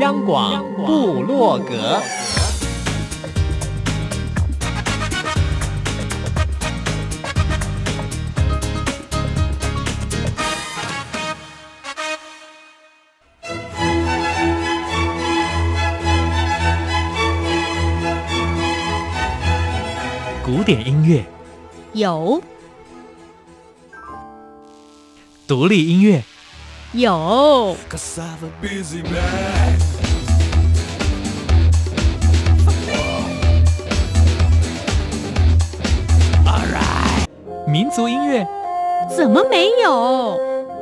央广部落格。古典音乐有， 独立音乐有， 民族音乐怎么没有？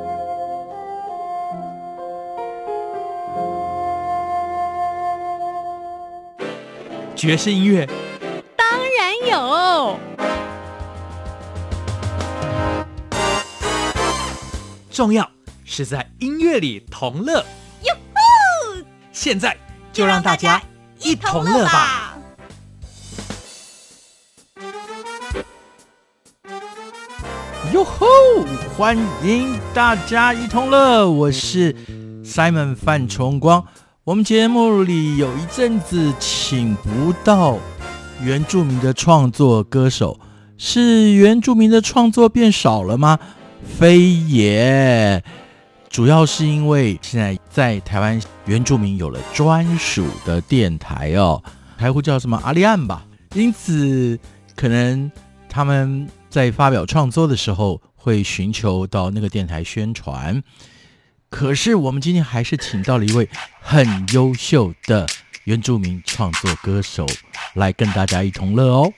爵士音乐当然有。 重要是在音乐里同乐。 哟呼！ 现在就让大家一同乐吧。 哟吼！欢迎大家一同乐，我是 Simon 范崇光。我们节目里有一阵子请不到原住民的创作歌手，是原住民的创作变少了吗？非也，主要是因为现在在台湾原住民有了专属的电台哦，台呼叫什么阿里安吧，因此可能他们在发表创作的时候会寻求到那个电台宣传。可是我们今天还是请到了一位很优秀的原住民创作歌手来跟大家一同乐哦。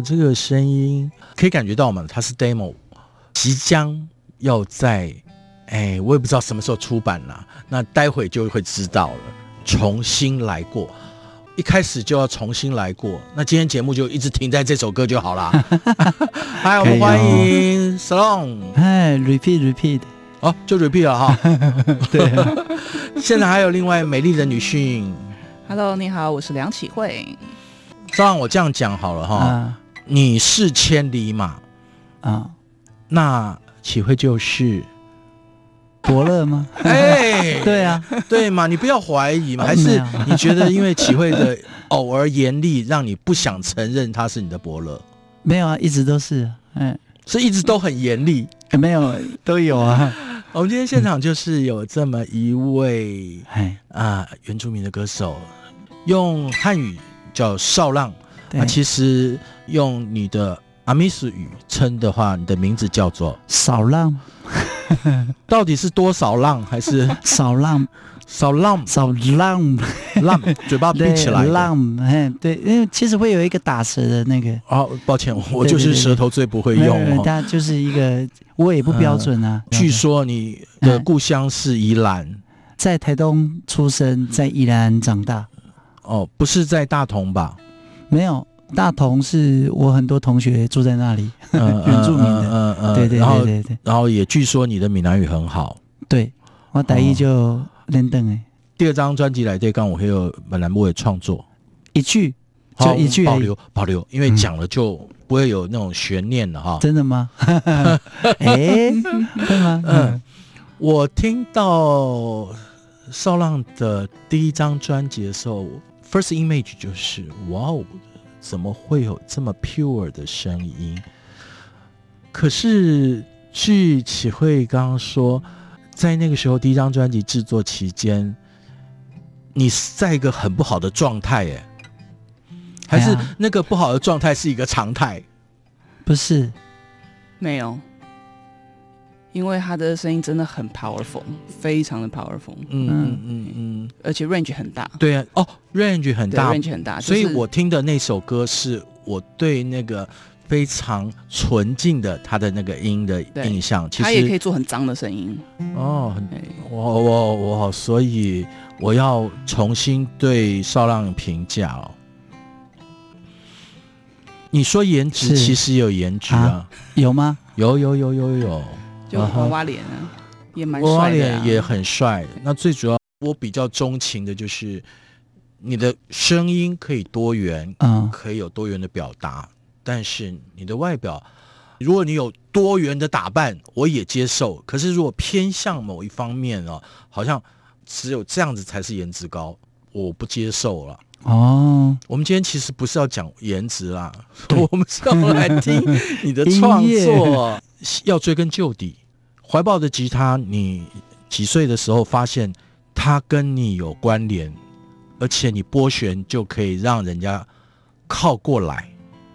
这个声音可以感觉到嘛，它是 demo， 即将要在我也不知道什么时候出版啦，那待会就会知道了。重新来过，一开始就要重新来过，那今天节目就一直停在这首歌就好啦。嗨，我们欢迎 Salon。 嗨 ，repeat。 哦，就 repeat 了哈。 对啊， 现在还有另外美丽的女性。 Hello， 你好，我是梁启慧。 让我这样讲好了哈，你是千里马啊， 那启慧就是伯乐吗？ 对啊， 对嘛，你不要怀疑嘛，还是你觉得因为启慧的偶尔严厉，让你不想承认他是你的伯乐？ 没有啊，一直都是， 是一直都很严厉。 没有，都有啊。 我们今天现场就是有这么一位原住民的歌手，用汉语叫少浪，其实用你的阿米斯语称的话，你的名字叫做少浪。 到底是多少浪还是少浪？ 少浪，浪，嘴巴闭起来的浪，对，因为其实会有一个打舌的那个。 哦，抱歉，我就是舌头最不会用。 它就是一个，我也不标准啊。 据说你的故乡是宜兰， 在台东出生，在宜兰长大。 哦，不是在大同吧？ 没有，大同是我很多同学住在那里，原住民的。对， 然后也据说你的闽南语很好。 对，我台语就练等第二张专辑来对，刚我还有本来我也创作一句，就一句保留，因为讲了就不会有那种悬念了哈。 真的吗？对吗？ 我听到少浪的第一张专辑的时候 ，first image 就是哇哦，怎么会有这么 pure 的声音？可是据启慧刚刚说，在那个时候第一张专辑制作期间，你在一个很不好的状态耶，还是那个不好的状态是一个常态？ 不是， 没有，因为他的声音真的很 powerful， 非常的 powerful， 而且 range 很大。 对啊，range 很大 ，range 很大， 所以我听的那首歌是我对那个非常纯净的他的那个音的印象。其实他也可以做很脏的声音。 我所以我要重新对少浪评价哦。你说颜值，其实也有颜值啊？ 有吗？ 有， 就娃娃脸啊，也蛮帅的， 娃娃脸也很帅。那最主要，我比较钟情的就是你的声音可以多元，可以有多元的表达，但是你的外表，如果你有多元的打扮，我也接受。可是如果偏向某一方面哦，好像只有这样子才是颜值高，我不接受了。我们今天其实不是要讲颜值啦，我们是要来听你的创作，要追根究底。怀抱的吉他，你几岁的时候发现它跟你有关联，而且你拨弦就可以让人家靠过来？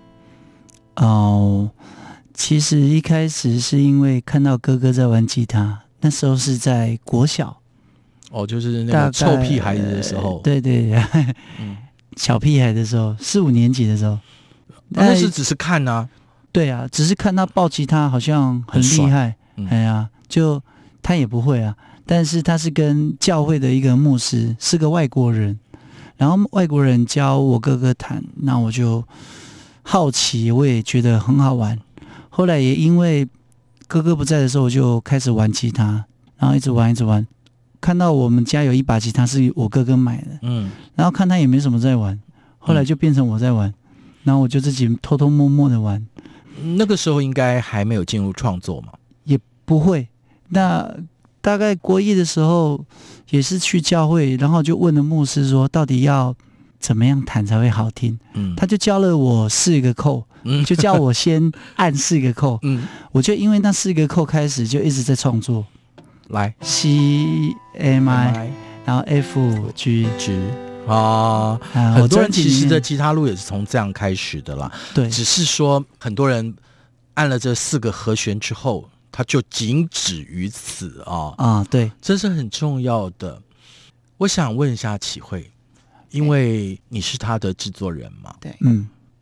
其实一开始是因为看到哥哥在玩吉他，那时候是在国小。 就是那个臭屁孩子的时候。 对，小屁孩的时候，4、5年级的时候。 那是只是看啊。 对啊，只是看他抱吉他好像很厉害。就他也不会啊，但是他是跟教会的一个牧师，是个外国人，然后外国人教我哥哥弹，那我就好奇，我也觉得很好玩。后来也因为哥哥不在的时候，我就开始玩吉他，然后一直玩。看到我们家有一把吉他是我哥哥买的，然后看他也没什么在玩，后来就变成我在玩，然后我就自己偷偷摸摸的玩。 那个时候应该还没有进入创作嘛？ 也不会。那大概国一的时候也是去教会，然后就问了牧师说到底要怎么样弹才会好听。他就教了我4个扣，就叫我先按4个扣。我就因为那4个扣开始就一直在创作。 来 C M I， 然后 F G， 很多人其实的吉他路也是从这样开始的啦。 对， 只是说很多人按了这4个和弦之后，他就仅止于此啊。 对， 这是很重要的。我想问一下启慧，因为你是他的制作人嘛？ 对，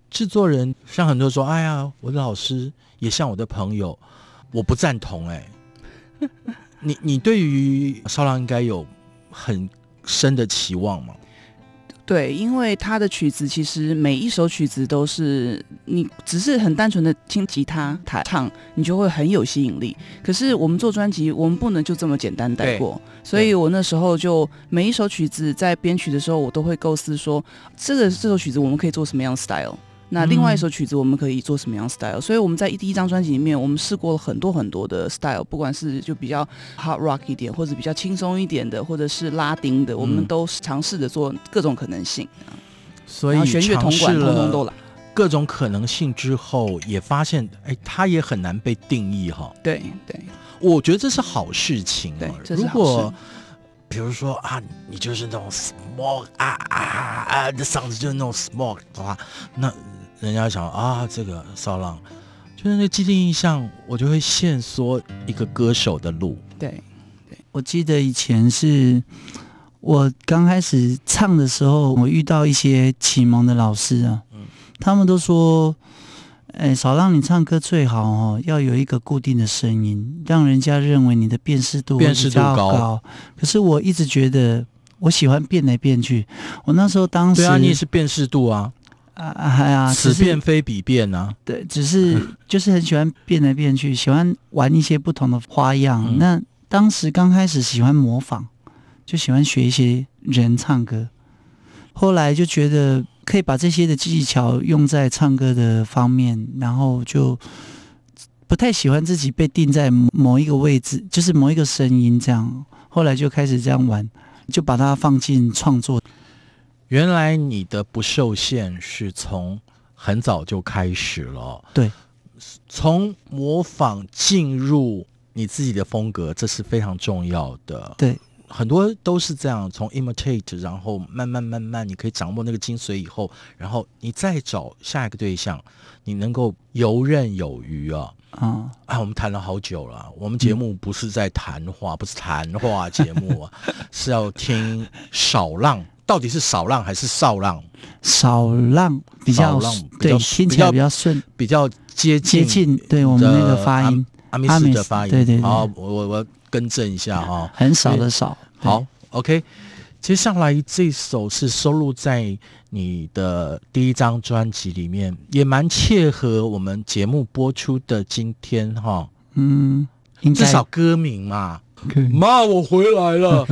制作人像很多人说，哎呀，我的老师也像我的朋友，我不赞同你对于少浪应该有很深的期望吗？ 对，因为他的曲子其实每一首曲子都是你只是很单纯的听吉他弹唱，你就会很有吸引力。可是我们做专辑，我们不能就这么简单带过，所以我那时候就每一首曲子在编曲的时候，我都会构思说，这首曲子我们可以做什么样的 style。那另外一首曲子我们可以做什么样的 style？所以我们在第一张专辑里面，我们试过了很多很多的 style， 不管是就比较 hard rock 一点，或者比较轻松一点的，或者是拉丁的，我们都尝试着做各种可能性。 所以弦乐铜管通通都来， 各种可能性之后，也发现，它也很难被定义哈。 对对， 我觉得这是好事情。 对，这是好事。 如果比如说你就是那种 smoke 的嗓子就是那种 smoke 的话，那人家想这个少浪就是那个既定印象，我就会限缩一个歌手的路。 对， 我记得以前是我刚开始唱的时候，我遇到一些启蒙的老师啊，他们都说，少浪你唱歌最好要有一个固定的声音，让人家认为你的辨识度比较高。可是我一直觉得我喜欢变来变去。我那时候当时对啊，你也是辨识度啊。此变非彼变啊。 对，只是就是很喜欢变来变去，喜欢玩一些不同的花样。那当时刚开始喜欢模仿，就喜欢学一些人唱歌，后来就觉得可以把这些的技巧用在唱歌的方面，然后就不太喜欢自己被定在某一个位置，就是某一个声音这样。后来就开始这样玩，就把它放进创作。 原来你的不受限是从很早就开始了。 对，从模仿进入你自己的风格，这是非常重要的。 对， 很多都是这样，从 imitate， 然后慢慢你可以掌握那个精髓以后，然后你再找下一个对象，你能够游刃有余啊。我们谈了好久了，我们节目不是在谈话，不是谈话节目啊，是要听少浪。到底是少浪还是少浪？少浪比较对，听起来比较顺，比较接近对我们那个发音，阿密斯的发音。对。好，我更正一下哈，很少的少。好 ，OK。接下来这首是收录在你的第一张专辑里面，也蛮切合我们节目播出的今天哈。至少歌名嘛。妈，我回来了。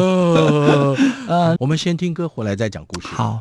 我们先听歌，回来再讲故事。好，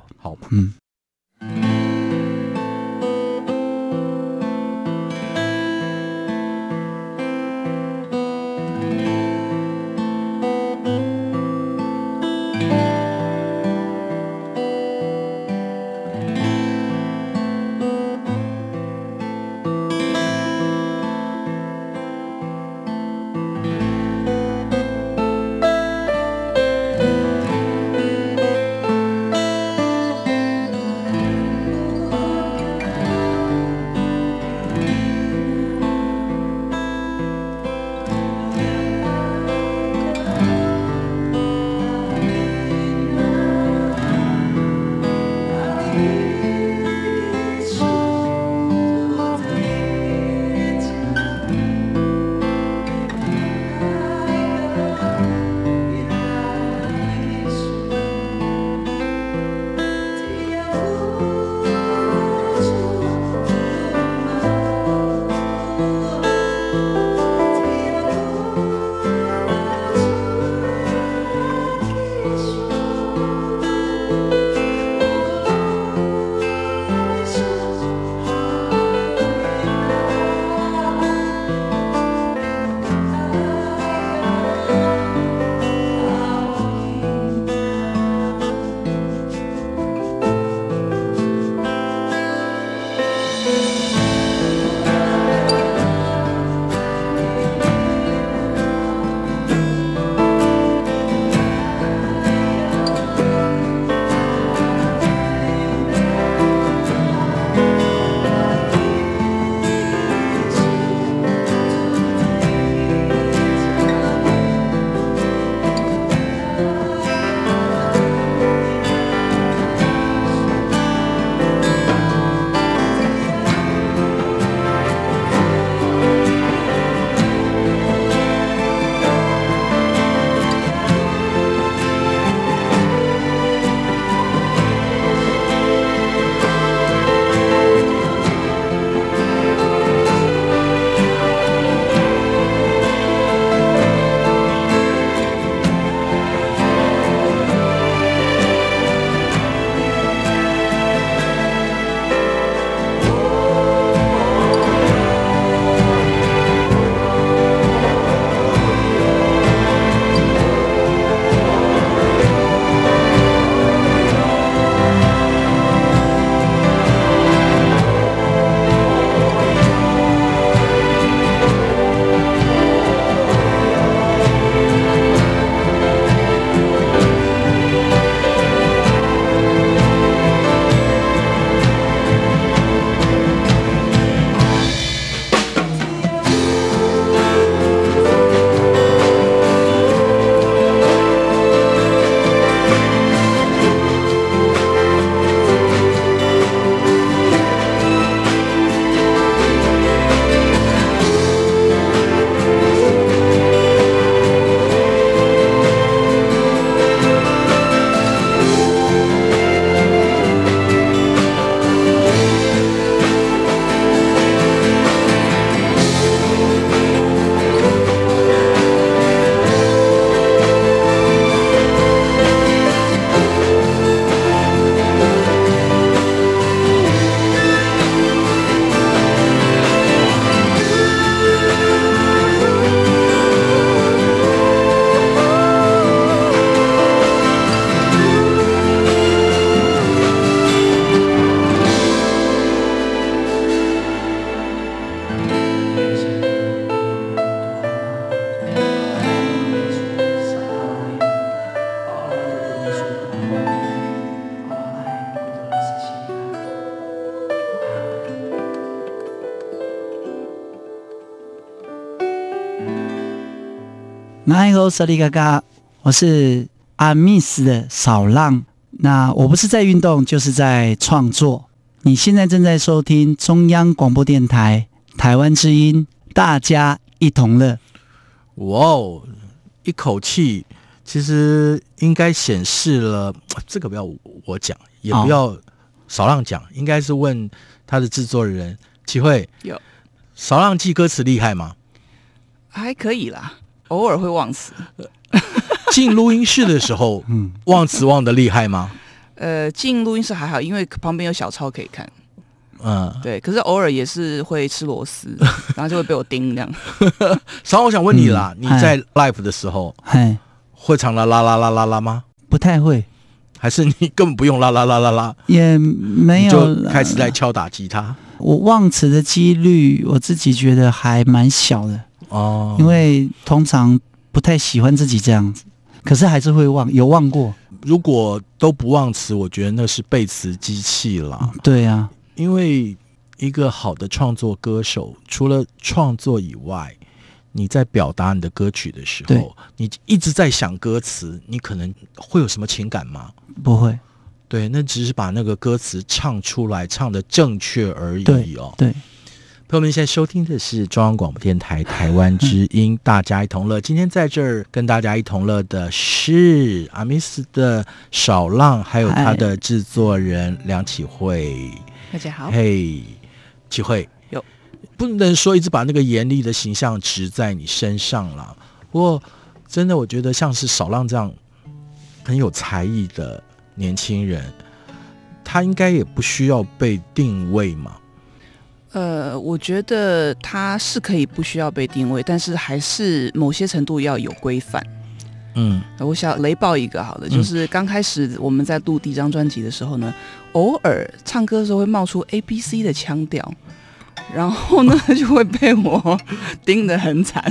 奈何萨利嘎嘎，我是阿密斯的少浪。那我不是在运动，就是在创作。你现在正在收听中央广播电台台湾之音，大家一同乐。 哇哦，一口气其实应该显示了，这个不要我讲，也不要少浪讲，应该是问他的制作人启慧。 有少浪记歌词厉害吗？ 还可以啦，偶尔会忘词。 进录音室的时候，忘词忘得厉害吗？ 进录音室还好，因为旁边有小抄可以看。对，可是偶尔也是会吃螺丝，然后就会被我盯这样。 少浪，我想问你啦，你在 live 的时候，会常啦啦啦啦啦啦吗？ 不太会， 还是你根本不用啦啦啦啦啦？ 也没有， 你就开始在敲打吉他。 我忘词的几率，我自己觉得还蛮小的哦，因为通常不太喜欢自己这样子，可是还是会忘，有忘过。 如果都不忘词，我觉得那是背词机器啦。 对啊， 因为一个好的创作歌手，除了创作以外，你在表达你的歌曲的时候，你一直在想歌词，你可能会有什么情感吗？ 不会。 对，那只是把那个歌词唱出来，唱得正确而已哦。 对， 朋友们，现在收听的是中央广播电台台湾之音，大家一同乐。今天在这儿跟大家一同乐的是阿密斯的少浪，还有他的制作人梁启慧。 大家好， 嘿，启慧，不能说一直把那个严厉的形象植在你身上啦。不过，真的，我觉得像是少浪这样很有才艺的年轻人，他应该也不需要被定位嘛。 我觉得他是可以不需要被定位，但是还是某些程度要有规范。我想雷爆一个好了，就是刚开始我们在录第一张专辑的时候呢，偶尔唱歌的时候会冒出 ABC 的腔调，然后呢就会被我盯得很惨。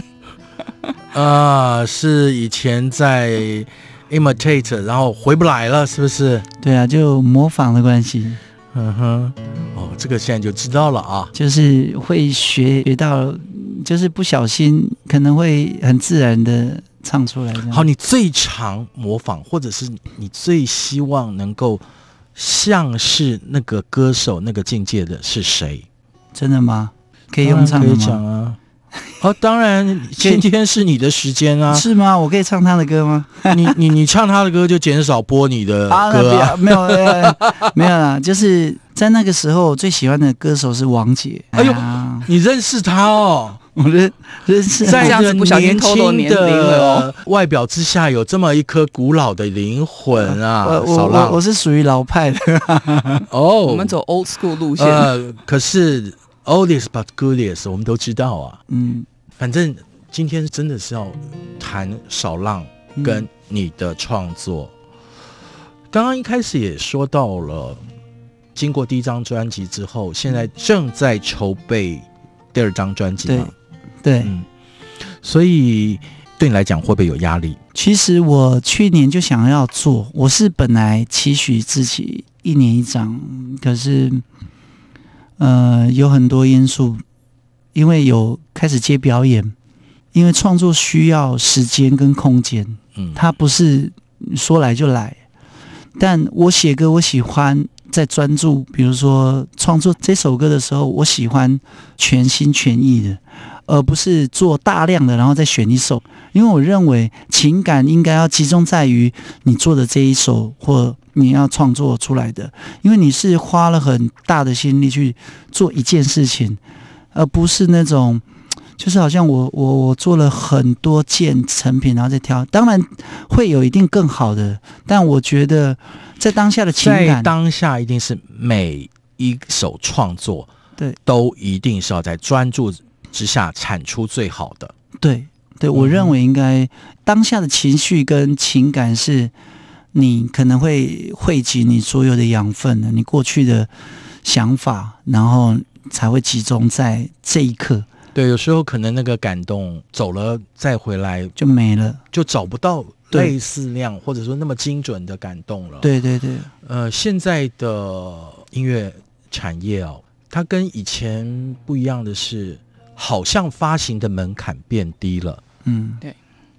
是以前在 imitate， 然后回不来了，是不是？ 对啊，就模仿的关系。 这个现在就知道了啊， 就是会学到，就是不小心可能会很自然的唱出来。 好，你最常模仿，或者是你最希望能够像是那个歌手那个境界的是谁？ 真的吗？可以用唱的吗？ 可以讲啊。当然，今天是你的时间啊。 是吗？我可以唱他的歌吗？ 你唱他的歌就减少播你的歌啊。 没有没有啦，就是在那个时候我最喜欢的歌手是王杰。 哎呦，你认识他哦？ 我认识， 在这样子不小心透露年龄了哦。 外表之下有这么一颗古老的灵魂啊！少浪， 我是属于老派的。 我们走 old school 路线。 可是 oldest but goodest 我们都知道啊。反正今天真的是要谈少浪跟你的创作。刚刚一开始也说到了，经过第一张专辑之后，现在正在筹备第二张专辑嘛？ 对， 所以对你来讲会不会有压力？ 其实我去年就想要做，我是本来期许自己1年1张，可是有很多因素，因为有开始接表演，因为创作需要时间跟空间，它不是说来就来。但我写歌，我喜欢在专注，比如说创作这首歌的时候，我喜欢全心全意的，而不是做大量的然后再选一首。因为我认为情感应该要集中在于你做的这一首或你要创作出来的，因为你是花了很大的心力去做一件事情，而不是那种就是好像我做了很多件成品，然后再挑，当然会有一定更好的，但我觉得在当下的情感， 在当下一定是每一首创作， 对， 都一定是要在专注之下产出最好的。 对，我认为应该当下的情绪跟情感是你可能会汇集你所有的养分的，你过去的想法，然后才会集中在这一刻。 对，有时候可能那个感动走了再回来就没了， 就找不到类似那样或者说那么精准的感动了。 对， 现在的音乐产业哦，它跟以前不一样的是，好像发行的门槛变低了。 对。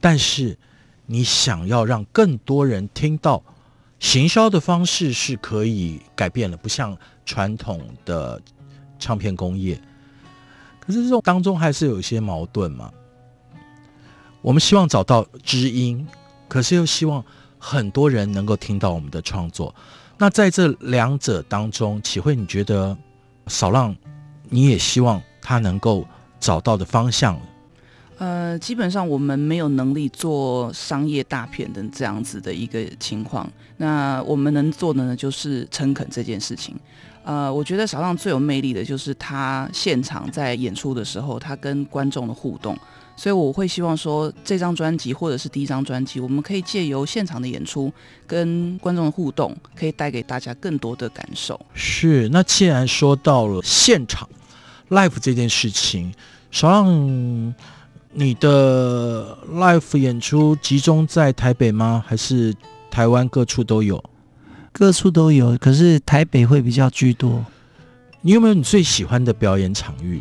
但是你想要让更多人听到，行销的方式是可以改变了，不像传统的唱片工业。可是这种当中还是有一些矛盾嘛。我们希望找到知音，可是又希望很多人能够听到我们的创作。那在这两者当中，启慧，你觉得少浪你也希望他能够找到的方向？ 基本上我们没有能力做商业大片的这样子的一个情况，那我们能做的呢，就是诚恳这件事情。我觉得少浪最有魅力的就是他现场在演出的时候，他跟观众的互动。所以我会希望说，这张专辑或者是第一张专辑，我们可以借由现场的演出跟观众的互动，可以带给大家更多的感受。 是，那既然说到了现场 live 这件事情，少浪你的 live 演出集中在台北吗？还是台湾各处都有？ 各处都有，可是台北会比较居多。 你有没有你最喜欢的表演场域？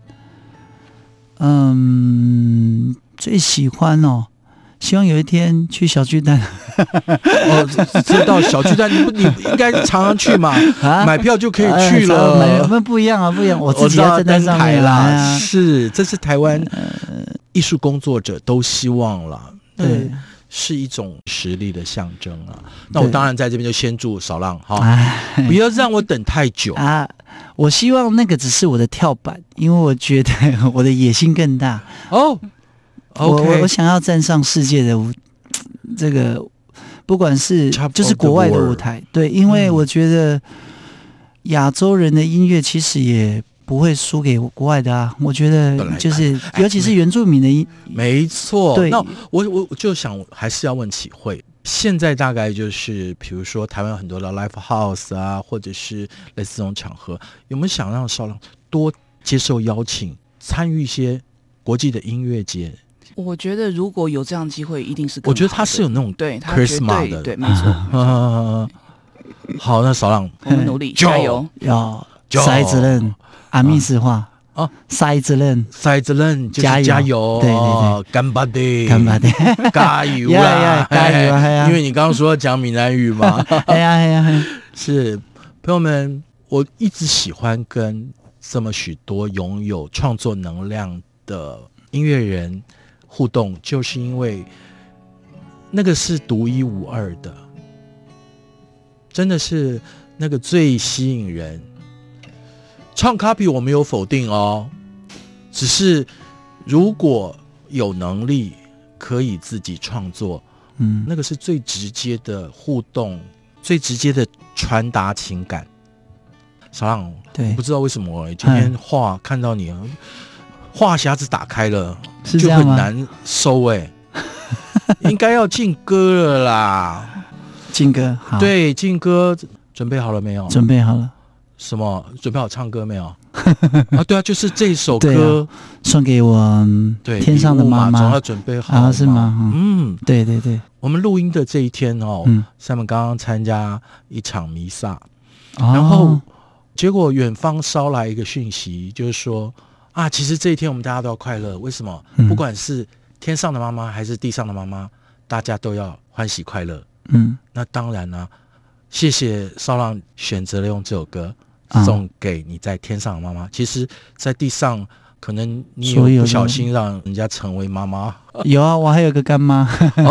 最喜欢哦，希望有一天去小巨蛋。 知道小巨蛋，你应该常常去嘛，买票就可以去了。 不一样啊，不一样。我自己要站在上面啦。 是，这是台湾艺术工作者都希望啦。对。是一种实力的象征啊！那我当然在这边就先祝少浪哈，不要让我等太久啊！我希望那个只是我的跳板，因为我觉得我的野心更大哦。 我想要站上世界的这个，不管是就是国外的舞台，对，因为我觉得亚洲人的音乐其实也不会输给国外的啊，我觉得就是尤其是原住民的音， 没错。 对， 那我就想还是要问启慧，现在大概就是比如说台湾有很多的 live house 啊，或者是类似这种场合，有没有想让少浪多接受邀请，参与一些国际的音乐节？ 我觉得如果有这样的机会，一定是更好的。 我觉得他是有那种对 charisma 的， 对，没错。 好，那少浪， 我们努力加油， 要塞子任。阿密斯话啊， 塞子任就是加油， 对对对， 干巴的，加油啦，加油啊！ 因为你刚刚说要讲闽南语嘛， 哎呀， 是朋友们，我一直喜欢跟这么许多拥有创作能量的音乐人互动，就是因为那个是独一无二的，真的是那个最吸引人。唱 copy 我没有否定哦，只是如果有能力可以自己创作，那个是最直接的互动，最直接的传达情感。少浪， 对， 我不知道为什么今天看到你话匣子打开了，就很难收应该要进歌了啦。 进歌，好， 对，进歌准备好了没有？ 准备好了。 什么？准备好唱歌没有？啊，对啊，就是这首歌， 送给我天上的妈妈， 总要准备好是吗？对对对。 我们录音的这一天Simon 刚刚参加一场弥撒，然后结果远方捎来一个讯息，就是说啊，其实这一天我们大家都要快乐。为什么？不管是天上的妈妈还是地上的妈妈，大家都要欢喜快乐。那当然呢，谢谢少浪选择了用这首歌送给你在天上的妈妈。其实在地上可能你有不小心让人家成为妈妈。 有啊，我还有个干妈。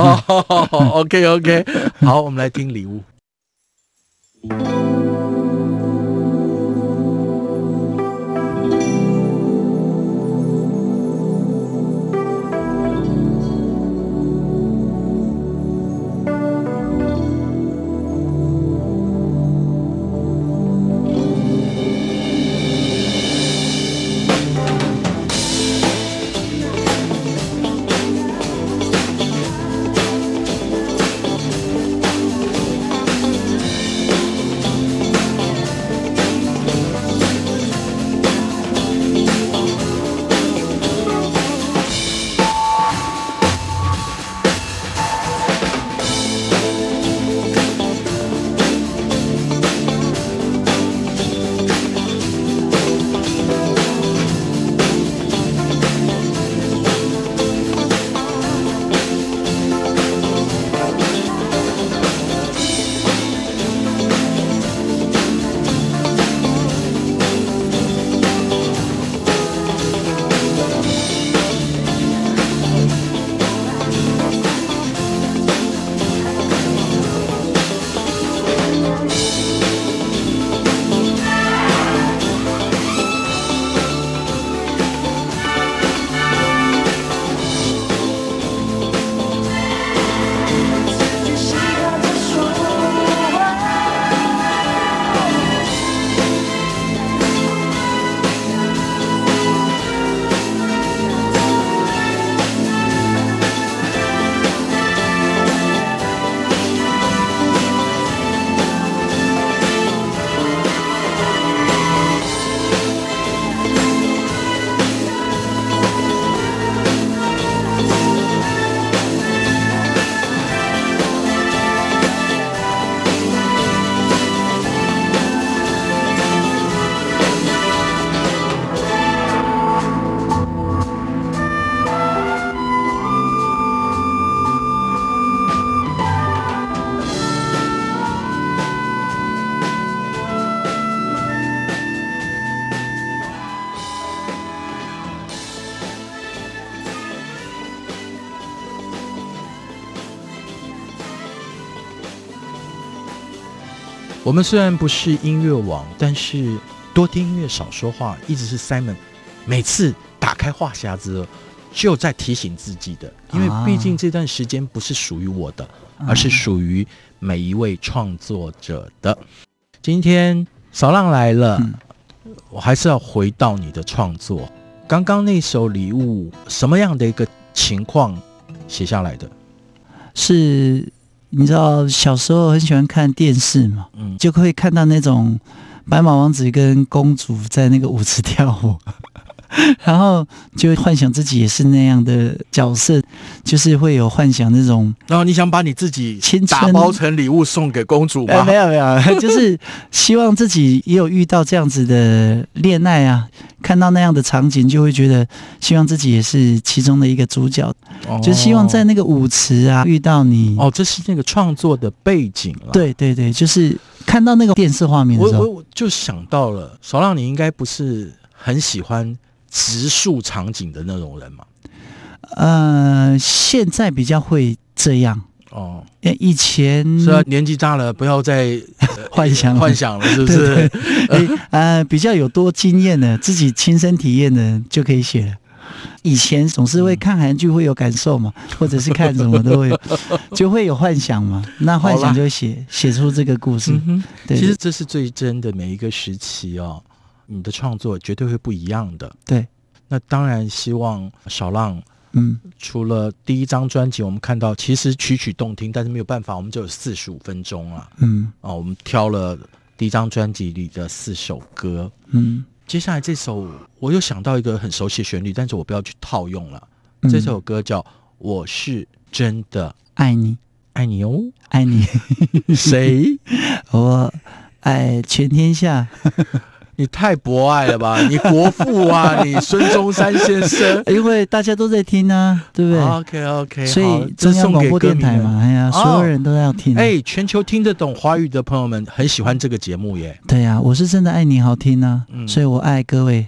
OK， 好，我们来听礼物。 我们虽然不是音乐网，但是多听音乐少说话，一直是 Simon 每次打开话匣子就在提醒自己的，因为毕竟这段时间不是属于我的，而是属于每一位创作者的。今天少浪来了，我还是要回到你的创作。刚刚那首礼物什么样的一个情况写下来的？ 是你知道小时候很喜欢看电视嘛，就会看到那种白马王子跟公主在那个舞池跳舞然后就会幻想自己也是那样的角色，就是会有幻想那种。 然后你想把你自己青春打包成礼物送给公主吗？ 没有，就是希望自己也有遇到这样子的恋爱啊，看到那样的场景，就会觉得希望自己也是其中的一个主角，就是希望在那个舞池啊遇到你。 这是那个创作的背景了。 对，就是看到那个电视画面的时候， 我就想到了，少浪，你应该不是很喜欢植树场景的那种人嘛？ 现在比较会这样以前虽然年纪大了，不要再幻想了，是不是？ 对比较有多经验的，自己亲身体验的就可以写了。以前总是会看韩剧会有感受嘛，或者是看什么都会就会有幻想嘛，那幻想就会写出这个故事。对， 其实这是最真的每一个时期你的创作绝对会不一样的。 对， 那当然希望少浪除了第一张专辑我们看到其实曲曲动听，但是没有办法，我们只有45分钟啊。我们挑了第一张专辑里的4首歌。接下来这首我又想到一个很熟悉的旋律，但是我不要去套用了。这首歌叫《我是真的爱你》， 爱你哦， 爱你谁？ 我爱全天下。 你太博爱了吧，你国父啊你孙中山先生。 因为大家都在听啊，对不对？ OK 所以中央广播电台嘛，所有人都要听。 全球听得懂华语的朋友们很喜欢这个节目耶。 对啊，我是真的爱你好听啊，所以我爱各位。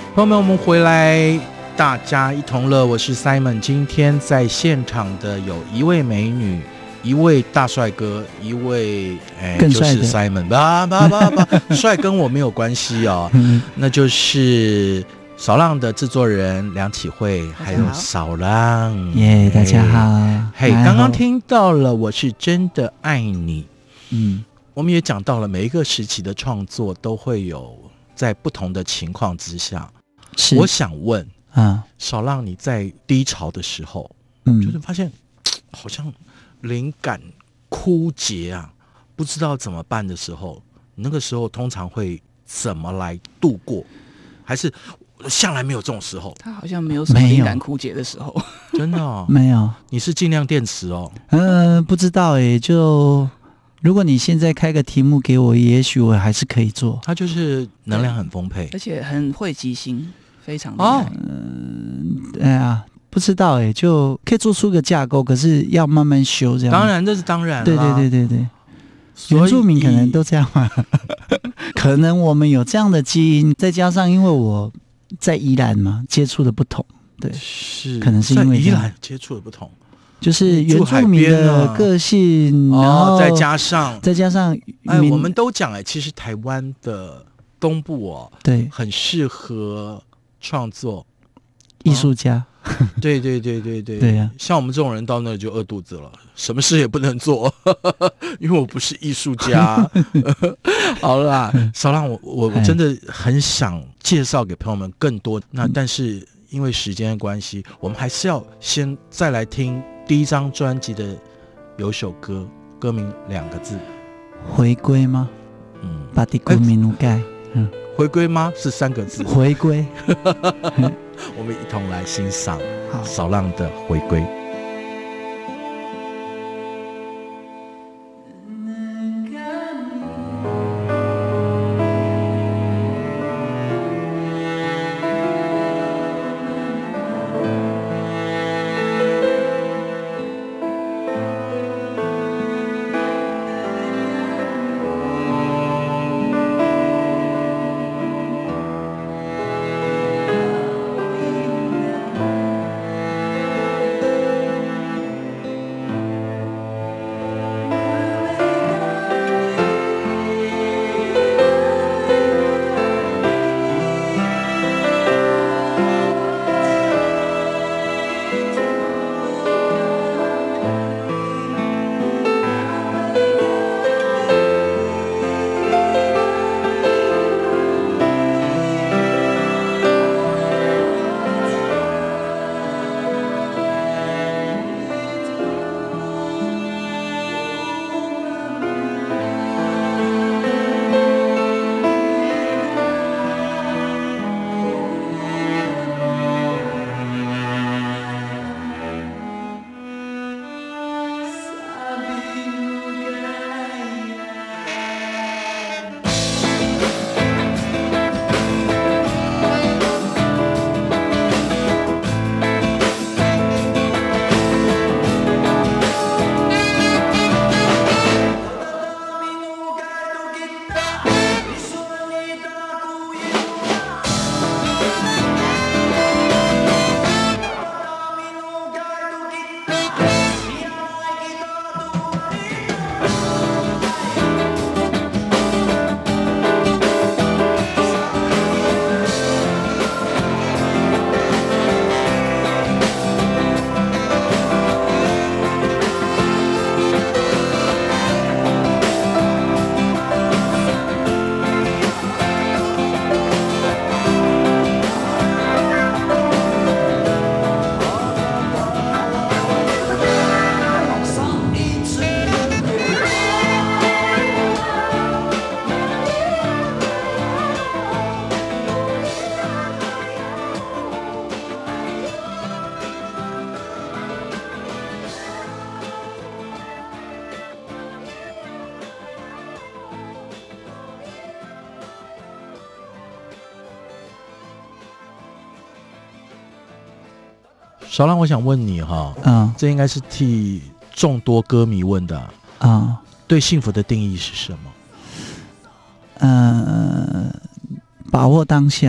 朋友们，我们回来，大家一同乐。我是 Simon， 今天在现场的有一位美女，一位大帅哥，一位更帅的就是 Simon， 帅跟我没有关系哦，那就是少浪的制作人梁启慧，还有少浪耶，大家好。 嘿，刚刚听到了，我是真的爱你。我们也讲到了每一个时期的创作都会有在不同的情况之下。我想问少浪，你在低潮的时候，就是发现好像灵感枯竭啊，不知道怎么办的时候，你那个时候通常会怎么来度过？还是向来没有这种时候？ 他好像没有什么灵感枯竭的时候， 真的哦， 没有。 你是尽量电池哦？ 不知道就如果你现在开个题目给我，也许我还是可以做。 他就是能量很丰沛， 而且很会即兴，非常厉害。 不知道就可以做出个架构，可是要慢慢修这样。 当然，这是当然啦。 对，原住民可能都这样嘛。可能我们有这样的基因，再加上因为我在宜兰嘛，接触的不同，对， 是可能是因为在宜兰接触的不同， 就是原住民的个性，然后再加上我们都讲其实台湾的东部对， 很适合创作艺术家。 对呀， 像我们这种人到那里就饿肚子了，什么事也不能做，因为我不是艺术家。好了啦，少浪，我真的很想介绍给朋友们更多，但是因为时间的关系，我们还是要先再来听第一张专辑的有首歌，歌名2个字， 回归吗？巴蒂古米努盖。 回归吗？是3个字。 回归。 我们一同来欣赏少浪的回归。少浪，我想问你这应该是替众多歌迷问的对幸福的定义是什么？ 把握当下，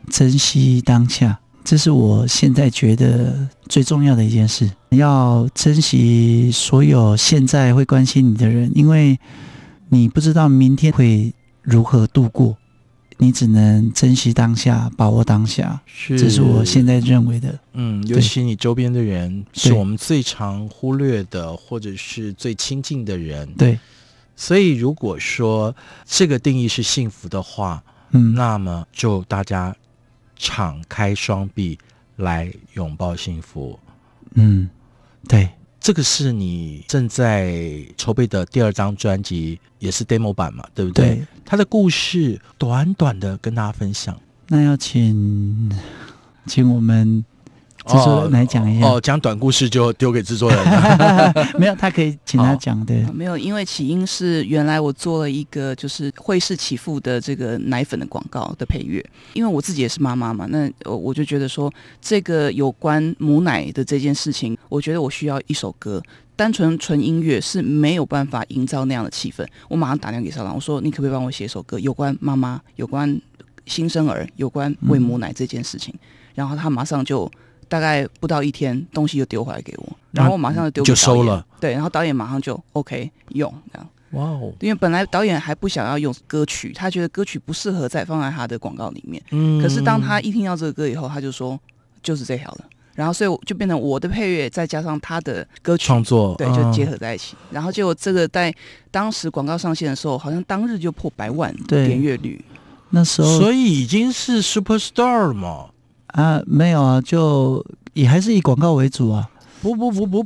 珍惜当下，这是我现在觉得最重要的一件事。要珍惜所有现在会关心你的人，因为你不知道明天会如何度过，你只能珍惜当下，把握当下。这是我现在认为的。 尤其你周边的人是我们最常忽略的，或者是最亲近的人。 对， 所以如果说这个定义是幸福的话，那么就大家敞开双臂来拥抱幸福。 对， 这个是你正在筹备的第2张专辑，也是 demo 版嘛，对不对？ 对， 他的故事短短的跟大家分享。 那要请我们制作人来讲一下。 讲短故事就丢给制作人了。 没有，他可以请他讲的。 没有，因为起因是原来我做了一个就是惠氏启赋的这个奶粉的广告的配乐，因为我自己也是妈妈嘛，那我就觉得说这个有关母奶的这件事情，我觉得我需要一首歌。单纯音乐是没有办法营造那样的气氛。我马上打电话给少郎，我说你可不可以帮我写一首歌，有关妈妈，有关新生儿，有关喂母奶这件事情。然后他马上就大概不到1天，东西就丢回来给我，然后我马上就丢给导演， 就收了。 对，然后导演马上就 OK 用这样。 哇哦！ 因为本来导演还不想要用歌曲，他觉得歌曲不适合再放在他的广告里面。可是当他一听到这个歌以后，他就说就是这条了。然后所以就变成我的配乐再加上他的歌曲创作， 对，就结合在一起。然后结果这个在当时广告上线的时候，好像当日就破100万点阅率。 那时候， 所以已经是 superstar 了嘛？ 没有啊，就也还是以广告为主啊。 不，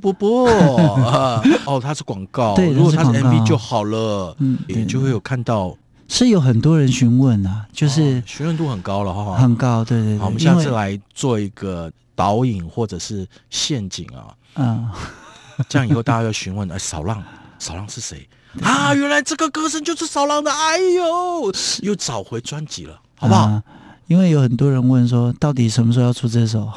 它是广告。 对， 如果它是 MV 就好了，也就会有看到。 是有很多人询问啊，就是询问度很高了哈， 很高，对对对。 好，我们下次来做一个导引或者是陷阱啊，这样以后大家要询问，少浪是谁啊？原来这个歌声就是少浪的，哎呦，又找回专辑了，好不好？ 因为有很多人问说，到底什么时候要出这首？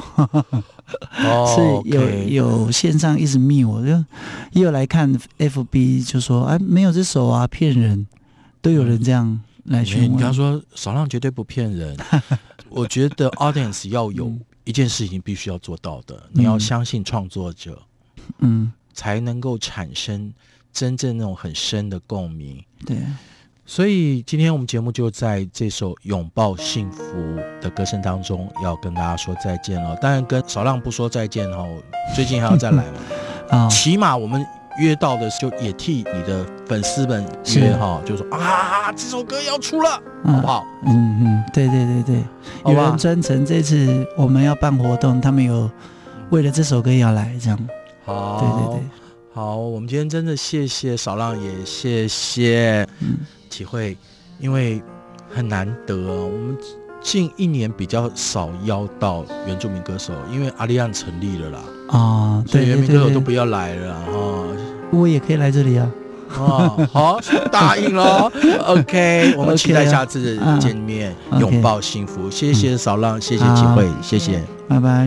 是有线上一直密我，就也有来看 FB 就说，没有这首啊，骗人。都有人这样来询问。 你刚说少浪绝对不骗人，我觉得 audience 要有一件事情必须要做到的，你要相信创作者，才能够产生真正那种很深的共鸣。 对， 所以今天我们节目就在这首拥抱幸福的歌声当中要跟大家说再见了。当然跟少浪不说再见，最近还要再来嘛。起码我们约到的就也替你的粉丝们约就说这首歌要出了，好不好？ 对，有人专程这次我们要办活动，他们有为了这首歌要来这样。 好，对，好，我们今天真的谢谢少浪，也谢谢体会，因为很难得我们近1年比较少邀到原住民歌手，因为阿利安成立了啦，所以原民歌手都不要来了我也可以来这里啊。 好，答应了。OK， 我们期待下次见面，拥抱幸福。谢谢少浪，谢谢体会，谢谢， 拜拜。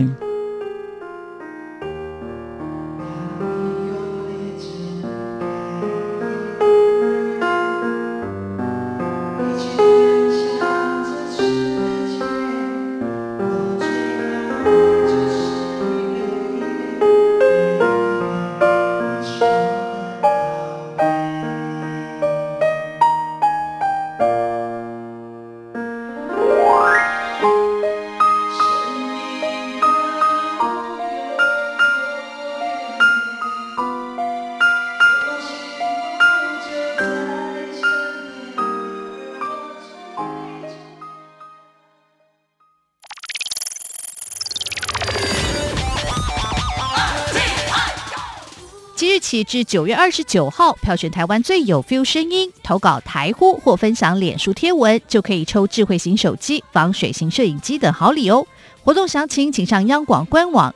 即日起至9月29号，票选台湾最有 feel 声音，投稿台呼或分享脸书贴文，就可以抽智慧型手机、防水型摄影机等好礼哦。活动详情请上央广官网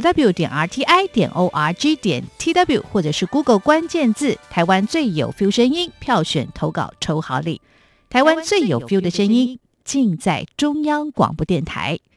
www.rti.org.tw 或者是 Google 关键字台湾最有 feel 声音，票选投稿抽好礼。台湾最有 feel 的声音，尽在中央广播电台。